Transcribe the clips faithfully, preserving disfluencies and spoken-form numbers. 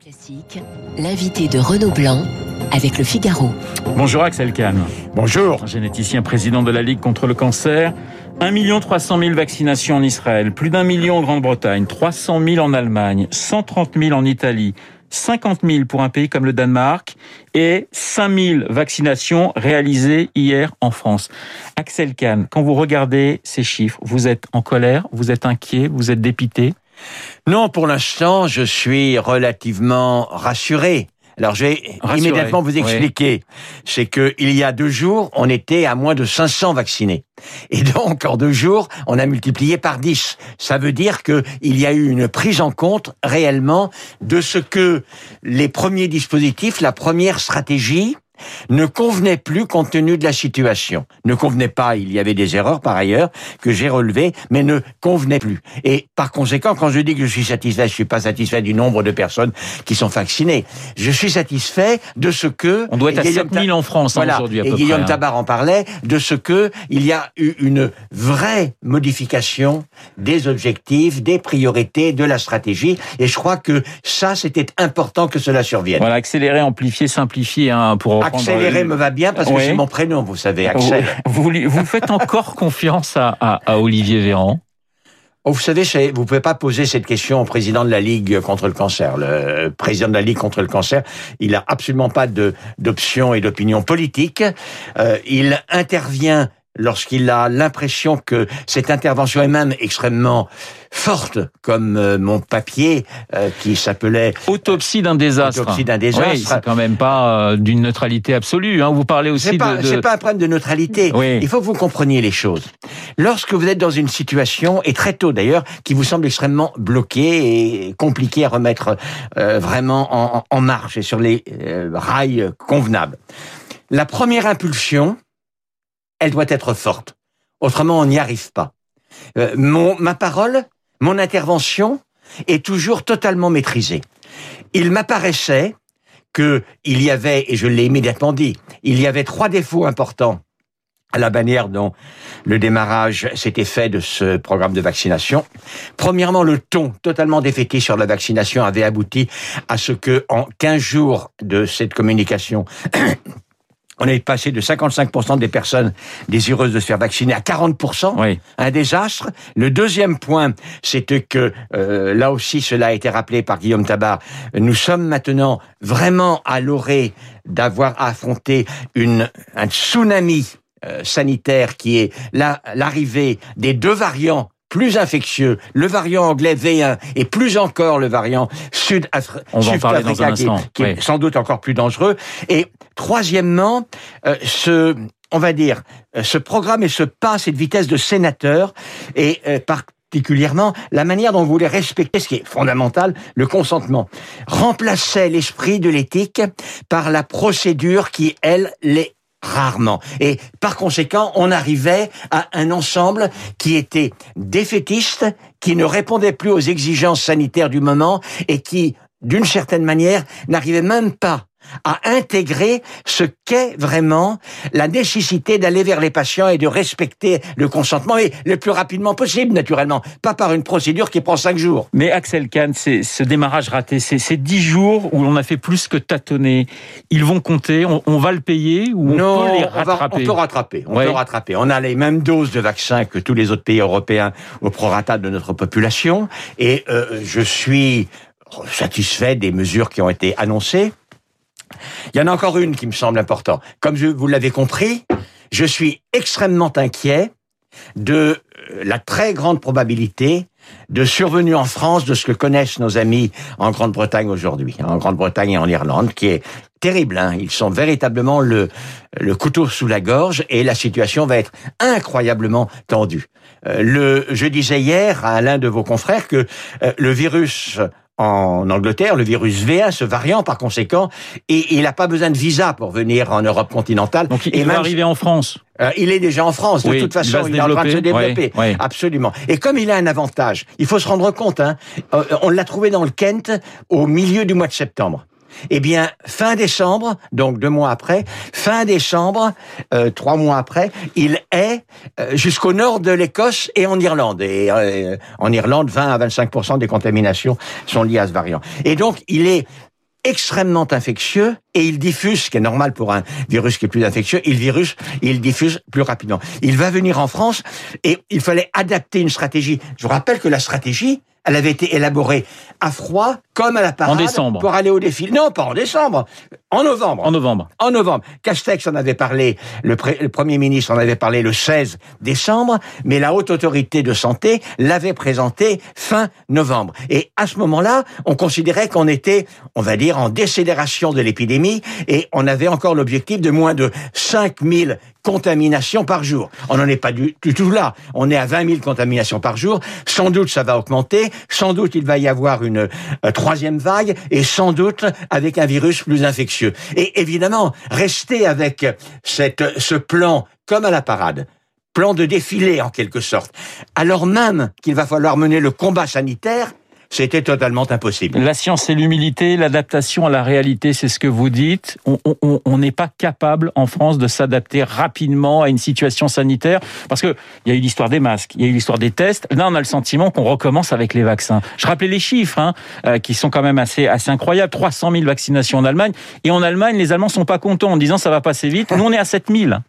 Classique, l'invité de Renaud Blanc avec Le Figaro. Bonjour Axel Kahn. Bonjour. Généticien, président de la Ligue contre le cancer. un million trois cent mille vaccinations en Israël, plus d'un million en Grande-Bretagne, trois cent mille en Allemagne, cent trente mille en Italie, cinquante mille pour un pays comme le Danemark et cinq mille vaccinations réalisées hier en France. Axel Kahn, quand vous regardez ces chiffres, vous êtes en colère, vous êtes inquiet, vous êtes dépité? Non, pour l'instant, je suis relativement rassuré. Alors, je vais rassuré, immédiatement vous expliquer. Oui. C'est que il y a deux jours, on était à moins de cinq cents vaccinés. Et donc, en deux jours, on a multiplié par dix. Ça veut dire que il y a eu une prise en compte réellement de ce que les premiers dispositifs, la première stratégie, ne convenait plus compte tenu de la situation. Ne convenait pas, il y avait des erreurs par ailleurs que j'ai relevées, mais ne convenait plus. Et par conséquent, quand je dis que je suis satisfait, je suis pas satisfait du nombre de personnes qui sont vaccinées. Je suis satisfait de ce que... On doit être à sept mille en France hein, voilà, aujourd'hui à peu et près. Et Guillaume hein. Tabar en parlait, de ce que il y a eu une vraie modification des objectifs, des priorités, de la stratégie. Et je crois que ça, c'était important que cela survienne. Voilà, accélérer, amplifier, simplifier hein, pour... Accélérer me va bien parce que oui. c'est mon prénom, vous savez, Axel. Vous, vous, vous faites encore confiance à, à, à Olivier Véran? Oh, vous savez, vous pouvez pas poser cette question au président de la Ligue contre le cancer. Le président de la Ligue contre le cancer, il a absolument pas de d'option et d'opinion politique. Euh, il intervient lorsqu'il a l'impression que cette intervention est même extrêmement forte, comme euh, mon papier euh, qui s'appelait Autopsie d'un désastre. Autopsie d'un désastre. Oui, c'est quand même pas euh, d'une neutralité absolue. Hein. Vous parlez aussi c'est pas, de, de... C'est pas un problème de neutralité. Oui. Il faut que vous compreniez les choses. Lorsque vous êtes dans une situation, et très tôt d'ailleurs, qui vous semble extrêmement bloquée et compliquée à remettre euh, vraiment en, en marche et sur les euh, rails convenables, la première impulsion, elle doit être forte. Autrement, on n'y arrive pas. Euh, mon, ma parole, mon intervention est toujours totalement maîtrisée. Il m'apparaissait que il y avait, et je l'ai immédiatement dit, il y avait trois défauts importants à la manière dont le démarrage s'était fait de ce programme de vaccination. Premièrement, le ton totalement défaitiste sur la vaccination avait abouti à ce que, en quinze jours de cette communication, on est passé de cinquante-cinq pour cent des personnes désireuses de se faire vacciner à quarante pour cent. Oui. Un désastre. Le deuxième point, c'était que, euh, là aussi, cela a été rappelé par Guillaume Tabar, nous sommes maintenant vraiment à l'orée d'avoir à affronter une, un tsunami euh, sanitaire qui est la, l'arrivée des deux variants plus infectieux, le variant anglais V un et plus encore le variant sud-africain, on va en parler dans un instant, qui, qui oui. est sans doute encore plus dangereux. Et troisièmement, euh, ce, on va dire, ce programme et ce pas, cette vitesse de sénateur et euh, particulièrement la manière dont vous voulez respecter, ce qui est fondamental, le consentement, remplaçait l'esprit de l'éthique par la procédure qui, elle, l'est rarement. Et par conséquent, on arrivait à un ensemble qui était défaitiste, qui ne répondait plus aux exigences sanitaires du moment et qui, d'une certaine manière, n'arrivait même pas à intégrer ce qu'est vraiment la nécessité d'aller vers les patients et de respecter le consentement, et le plus rapidement possible, naturellement, pas par une procédure qui prend cinq jours. Mais Axel Kahn, c'est ce démarrage raté, c'est ces dix jours où l'on a fait plus que tâtonner, ils vont compter, on, on va le payer ou on non, peut les rattraper? rattraper? On, va, on peut rattraper, on ouais. peut rattraper. On a les mêmes doses de vaccins que tous les autres pays européens au prorata de notre population, et euh, je suis satisfait des mesures qui ont été annoncées. Il y en a encore une qui me semble importante. Comme je, vous l'avez compris, je suis extrêmement inquiet de la très grande probabilité de survenue en France de ce que connaissent nos amis en Grande-Bretagne aujourd'hui, en Grande-Bretagne et en Irlande, qui est terrible. Hein. Ils sont véritablement le, le couteau sous la gorge et la situation va être incroyablement tendue. Euh, le, je disais hier à l'un de vos confrères que euh, le virus en Angleterre, le virus V un, ce variant par conséquent, et il n'a pas besoin de visa pour venir en Europe continentale. Donc il et va même, arriver en France. Euh, il est déjà en France, de oui, toute façon, il, il est en train de se développer. Oui, oui. Absolument. Et comme il a un avantage, il faut se rendre compte, hein, euh, on l'a trouvé dans le Kent au milieu du mois de septembre. Eh bien, fin décembre, donc deux mois après, fin décembre, euh, trois mois après, il est euh, jusqu'au nord de l'Écosse et en Irlande. Et euh, en Irlande, vingt à vingt-cinq pour cent des contaminations sont liées à ce variant. Et donc, il est extrêmement infectieux et il diffuse, ce qui est normal pour un virus qui est plus infectieux, il virus, il diffuse plus rapidement. Il va venir en France et il fallait adapter une stratégie. Je vous rappelle que la stratégie, elle avait été élaborée à froid, comme à la parade, en décembre. Pour aller au défilé. Non, pas en décembre, en novembre. En novembre. En novembre. Castex en avait parlé, le, pré, le Premier ministre en avait parlé le seize décembre, mais la Haute Autorité de Santé l'avait présenté fin novembre. Et à ce moment-là, on considérait qu'on était, on va dire, en décélération de l'épidémie et on avait encore l'objectif de moins de cinq mille contaminations par jour. On n'en est pas du, du tout là. On est à vingt mille contaminations par jour. Sans doute, ça va augmenter. Sans doute, il va y avoir une euh, troisième vague et sans doute avec un virus plus infectieux. Et évidemment, rester avec cette, ce plan comme à la parade, plan de défilé en quelque sorte, alors même qu'il va falloir mener le combat sanitaire, c'était totalement impossible. La science et l'humilité, l'adaptation à la réalité, c'est ce que vous dites. On n'est pas capable en France de s'adapter rapidement à une situation sanitaire parce que il y a eu l'histoire des masques, il y a eu l'histoire des tests. Là, on a le sentiment qu'on recommence avec les vaccins. Je rappelais les chiffres hein, euh, qui sont quand même assez assez incroyables. trois cent mille vaccinations en Allemagne et en Allemagne, les Allemands sont pas contents en disant ça va passer vite. Nous, on est à sept mille.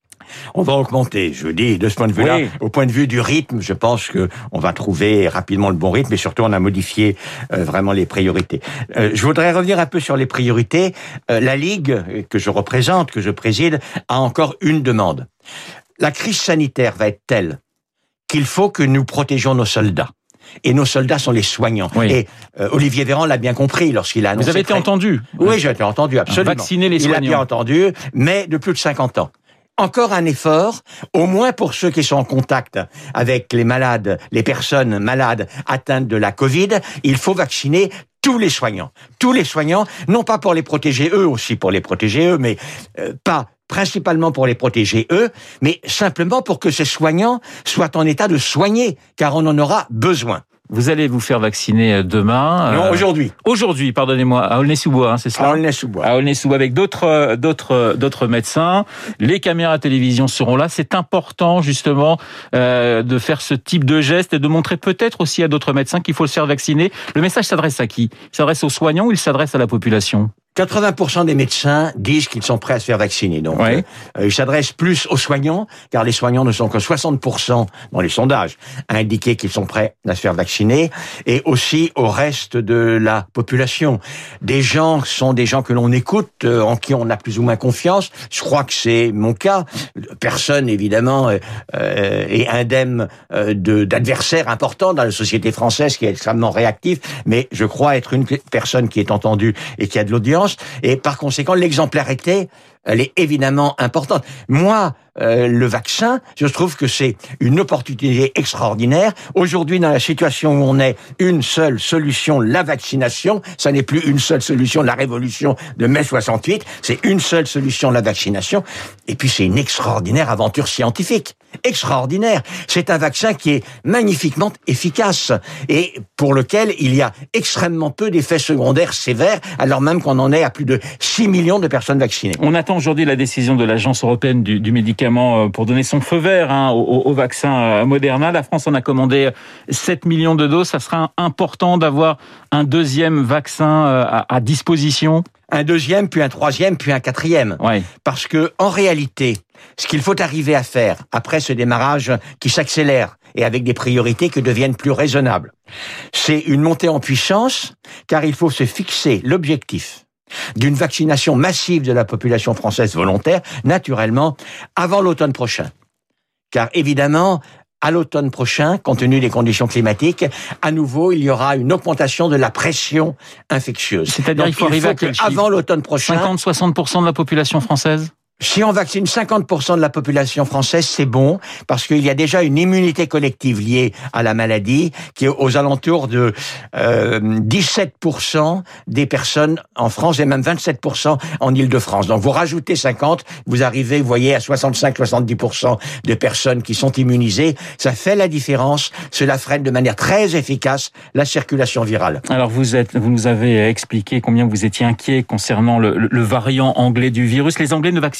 On va augmenter, je dis, de ce point de vue-là. Oui. Au point de vue du rythme, je pense que on va trouver rapidement le bon rythme et surtout on a modifié euh, vraiment les priorités. Euh, je voudrais revenir un peu sur les priorités. Euh, la Ligue que je représente, que je préside, a encore une demande. La crise sanitaire va être telle qu'il faut que nous protégions nos soldats. Et nos soldats sont les soignants. Oui. Et euh, Olivier Véran l'a bien compris lorsqu'il a annoncé... Vous avez été très... entendu. Oui, j'ai été entendu, absolument. Vacciner les soignants. Il a bien entendu, mais de plus de cinquante ans. Encore un effort, au moins pour ceux qui sont en contact avec les malades, les personnes malades atteintes de la Covid, il faut vacciner tous les soignants. Tous les soignants, non pas pour les protéger eux, aussi pour les protéger eux, mais euh, pas principalement pour les protéger eux, mais simplement pour que ces soignants soient en état de soigner, car on en aura besoin. Vous allez vous faire vacciner demain. Non, euh, aujourd'hui. Aujourd'hui, pardonnez-moi, à Aulnay-sous-Bois, hein, c'est cela ? À Aulnay-sous-Bois. À Aulnay-sous-Bois, avec d'autres, d'autres, d'autres médecins. Les caméras télévision seront là. C'est important, justement, euh, de faire ce type de geste et de montrer peut-être aussi à d'autres médecins qu'il faut se faire vacciner. Le message s'adresse à qui ? Il s'adresse aux soignants ou il s'adresse à la population ? quatre-vingts pour cent des médecins disent qu'ils sont prêts à se faire vacciner. Donc, oui. euh, ils s'adressent plus aux soignants, car les soignants ne sont que soixante pour cent dans les sondages à indiquer qu'ils sont prêts à se faire vacciner, et aussi au reste de la population. Des gens sont des gens que l'on écoute, euh, en qui on a plus ou moins confiance. Je crois que c'est mon cas. Personne, évidemment, euh, est indemne euh, de, d'adversaires importants dans la société française, qui est extrêmement réactive, mais je crois être une personne qui est entendue et qui a de l'audience. Et par conséquent, l'exemplarité, elle est évidemment importante. Moi, euh, le vaccin, je trouve que c'est une opportunité extraordinaire. Aujourd'hui, dans la situation où on est, une seule solution, la vaccination. Ça n'est plus une seule solution, la révolution de mai soixante-huit. C'est une seule solution, la vaccination. Et puis, c'est une extraordinaire aventure scientifique. Extraordinaire. C'est un vaccin qui est magnifiquement efficace et pour lequel il y a extrêmement peu d'effets secondaires sévères, alors même qu'on en est à plus de six millions de personnes vaccinées. On attend aujourd'hui la décision de l'Agence européenne du, du médicament pour donner son feu vert hein, au, au vaccin Moderna. La France en a commandé sept millions de doses. Ça sera important d'avoir un deuxième vaccin à, à disposition. Un deuxième, puis un troisième, puis un quatrième. Ouais. Parce que, en réalité, ce qu'il faut arriver à faire après ce démarrage qui s'accélère et avec des priorités qui deviennent plus raisonnables, c'est une montée en puissance, car il faut se fixer l'objectif d'une vaccination massive de la population française volontaire, naturellement, avant l'automne prochain. Car évidemment, à l'automne prochain, compte tenu des conditions climatiques, à nouveau, il y aura une augmentation de la pression infectieuse. C'est-à-dire qu'il faut arriver à quel chiffre ? Avant l'automne prochain, cinquante à soixante pour cent de la population française ? Si on vaccine cinquante pour cent de la population française, c'est bon, parce qu'il y a déjà une immunité collective liée à la maladie, qui est aux alentours de euh, dix-sept pour cent des personnes en France, et même vingt-sept pour cent en Île-de-France. Donc vous rajoutez cinquante, vous arrivez, vous voyez, à soixante-cinq à soixante-dix pour cent de personnes qui sont immunisées. Ça fait la différence, cela freine de manière très efficace la circulation virale. Alors vous êtes, vous nous avez expliqué combien vous étiez inquiet concernant le, le, le variant anglais du virus. Les Anglais ne vaccinent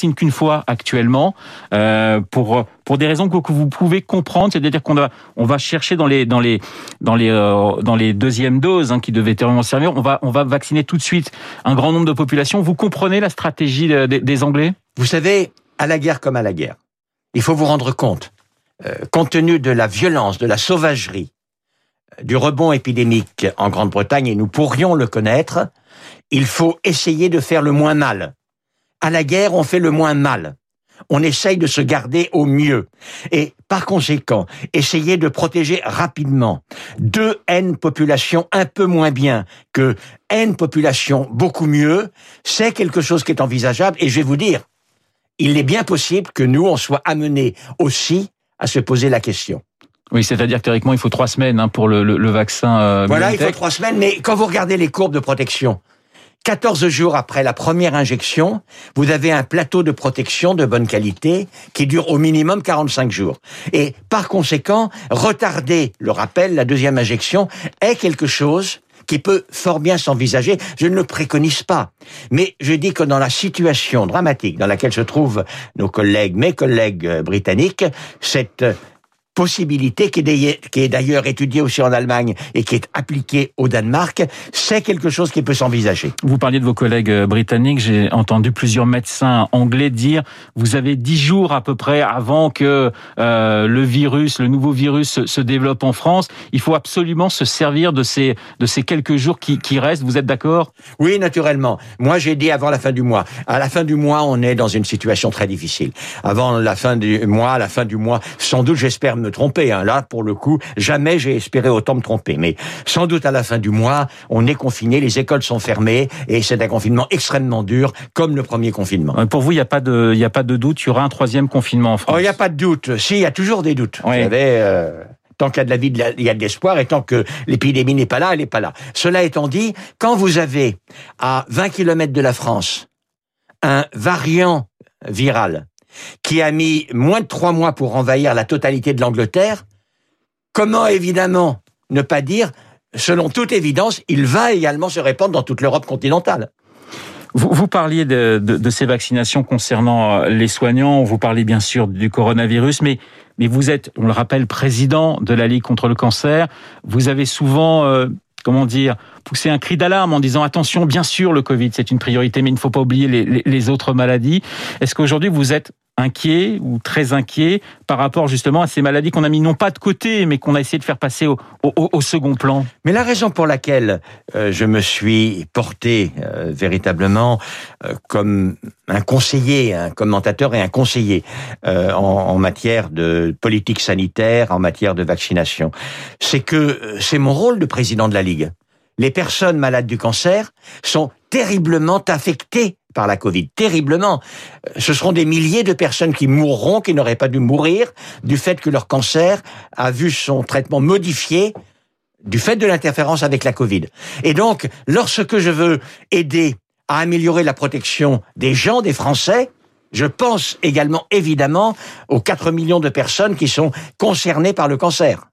vaccine qu'une fois actuellement, euh, pour pour des raisons que, que vous pouvez comprendre, c'est-à-dire qu'on va on va chercher dans les dans les dans les euh, dans les deuxièmes doses hein, qui devaient tellement servir, on va on va vacciner tout de suite un grand nombre de populations. Vous comprenez la stratégie des, des Anglais? Vous savez, à la guerre comme à la guerre, il faut vous rendre compte, euh, compte tenu de la violence, de la sauvagerie, euh, du rebond épidémique en Grande-Bretagne, et nous pourrions le connaître, il faut essayer de faire le moins mal. À la guerre, on fait le moins mal. On essaye de se garder au mieux. Et par conséquent, essayer de protéger rapidement deux N populations un peu moins bien que N populations beaucoup mieux, c'est quelque chose qui est envisageable. Et je vais vous dire, il est bien possible que nous, on soit amenés aussi à se poser la question. Oui, c'est-à-dire que théoriquement, il faut trois semaines hein, pour le, le, le vaccin. Euh, voilà, BioNTech. Il faut trois semaines, mais quand vous regardez les courbes de protection, quatorze jours après la première injection, vous avez un plateau de protection de bonne qualité qui dure au minimum quarante-cinq jours. Et par conséquent, retarder le rappel, la deuxième injection, est quelque chose qui peut fort bien s'envisager. Je ne le préconise pas. Mais je dis que dans la situation dramatique dans laquelle se trouvent nos collègues, mes collègues britanniques, cette possibilité qui est d'ailleurs étudiée aussi en Allemagne et qui est appliquée au Danemark, c'est quelque chose qui peut s'envisager. Vous parliez de vos collègues britanniques, j'ai entendu plusieurs médecins anglais dire vous avez dix jours à peu près avant que euh, le virus, le nouveau virus se, se développe en France. Il faut absolument se servir de ces, de ces quelques jours qui, qui restent. Vous êtes d'accord? Oui, naturellement. Moi, j'ai dit avant la fin du mois. À la fin du mois, on est dans une situation très difficile. Avant la fin du mois, à la fin du mois, sans doute, j'espère me tromper. Hein. Là, pour le coup, jamais j'ai espéré autant me tromper. Mais sans doute à la fin du mois, on est confiné, les écoles sont fermées et c'est un confinement extrêmement dur, comme le premier confinement. Pour vous, il n'y a pas de, il n'y a pas de doute, il y aura un troisième confinement en France. Oh, il n'y a pas de doute. Si, il y a toujours des doutes. Oui. Vous savez, euh, tant qu'il y a de la vie, il y a de l'espoir, et tant que l'épidémie n'est pas là, elle n'est pas là. Cela étant dit, quand vous avez à vingt kilomètres de la France un variant viral qui a mis moins de trois mois pour envahir la totalité de l'Angleterre, comment évidemment ne pas dire, selon toute évidence, il va également se répandre dans toute l'Europe continentale. Vous, vous parliez de, de, de ces vaccinations concernant les soignants, vous parlez bien sûr du coronavirus, mais, mais vous êtes, on le rappelle, président de la Ligue contre le cancer. Vous avez souvent... Euh, comment dire, pousser un cri d'alarme en disant attention, bien sûr, le Covid, c'est une priorité, mais il ne faut pas oublier les, les, les autres maladies. Est-ce qu'aujourd'hui, vous êtes inquiet ou très inquiet par rapport justement à ces maladies qu'on a mis non pas de côté, mais qu'on a essayé de faire passer au, au, au second plan? Mais la raison pour laquelle euh, je me suis porté euh, véritablement euh, comme un conseiller, un commentateur et un conseiller euh, en, en matière de politique sanitaire, en matière de vaccination, c'est que euh, c'est mon rôle de président de la Ligue. Les personnes malades du cancer sont terriblement affectées par la Covid, terriblement. Ce seront des milliers de personnes qui mourront, qui n'auraient pas dû mourir, du fait que leur cancer a vu son traitement modifié du fait de l'interférence avec la Covid. Et donc, lorsque je veux aider à améliorer la protection des gens, des Français, je pense également, évidemment, aux quatre millions de personnes qui sont concernées par le cancer.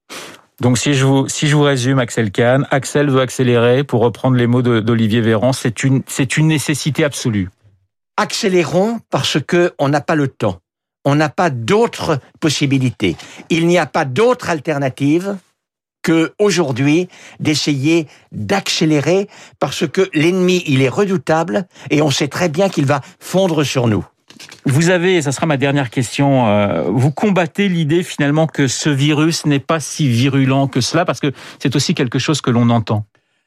Donc si je vous si je vous résume, Axel Kahn, Axel veut accélérer, pour reprendre les mots de, d'Olivier Véran, c'est une c'est une nécessité absolue. Accélérons parce que on n'a pas le temps, on n'a pas d'autres possibilités, il n'y a pas d'autre alternative que aujourd'hui d'essayer d'accélérer parce que l'ennemi il est redoutable et on sait très bien qu'il va fondre sur nous. Vous avez, et ça sera ma dernière question, euh, vous combattez l'idée finalement que ce virus n'est pas si virulent que cela, parce que c'est aussi quelque chose que l'on entend.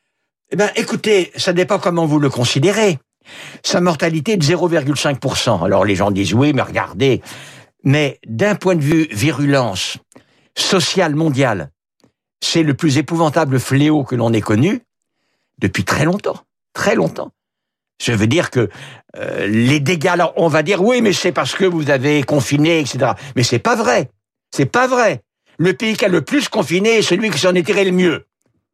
Eh bien, écoutez, ça dépend comment vous le considérez. Sa mortalité est de zéro virgule cinq pour cent. Alors les gens disent oui, mais regardez. Mais d'un point de vue virulence sociale mondiale, c'est le plus épouvantable fléau que l'on ait connu depuis très longtemps, très longtemps. Je veux dire que euh, les dégâts, alors on va dire oui, mais c'est parce que vous avez confiné, et cetera. Mais c'est pas vrai, c'est pas vrai. Le pays qui a le plus confiné est celui qui s'en est tiré le mieux,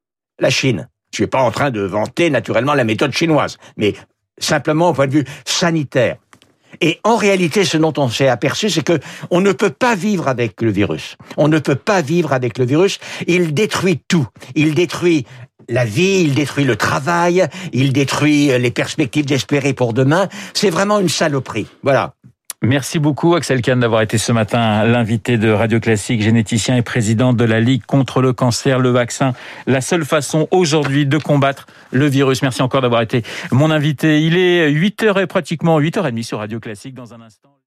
la Chine. Je suis pas en train de vanter naturellement la méthode chinoise, mais simplement au point de vue sanitaire. Et en réalité, ce dont on s'est aperçu, c'est que on ne peut pas vivre avec le virus. On ne peut pas vivre avec le virus. Il détruit tout. Il détruit la vie, il détruit le travail, il détruit les perspectives d'espérer pour demain. C'est vraiment une saloperie. Voilà. Merci beaucoup Axel Kahn d'avoir été ce matin l'invité de Radio Classique, généticien et président de la Ligue contre le cancer, le vaccin, la seule façon aujourd'hui de combattre le virus. Merci encore d'avoir été mon invité. Il est huit heures et pratiquement huit heures trente sur Radio Classique dans un instant.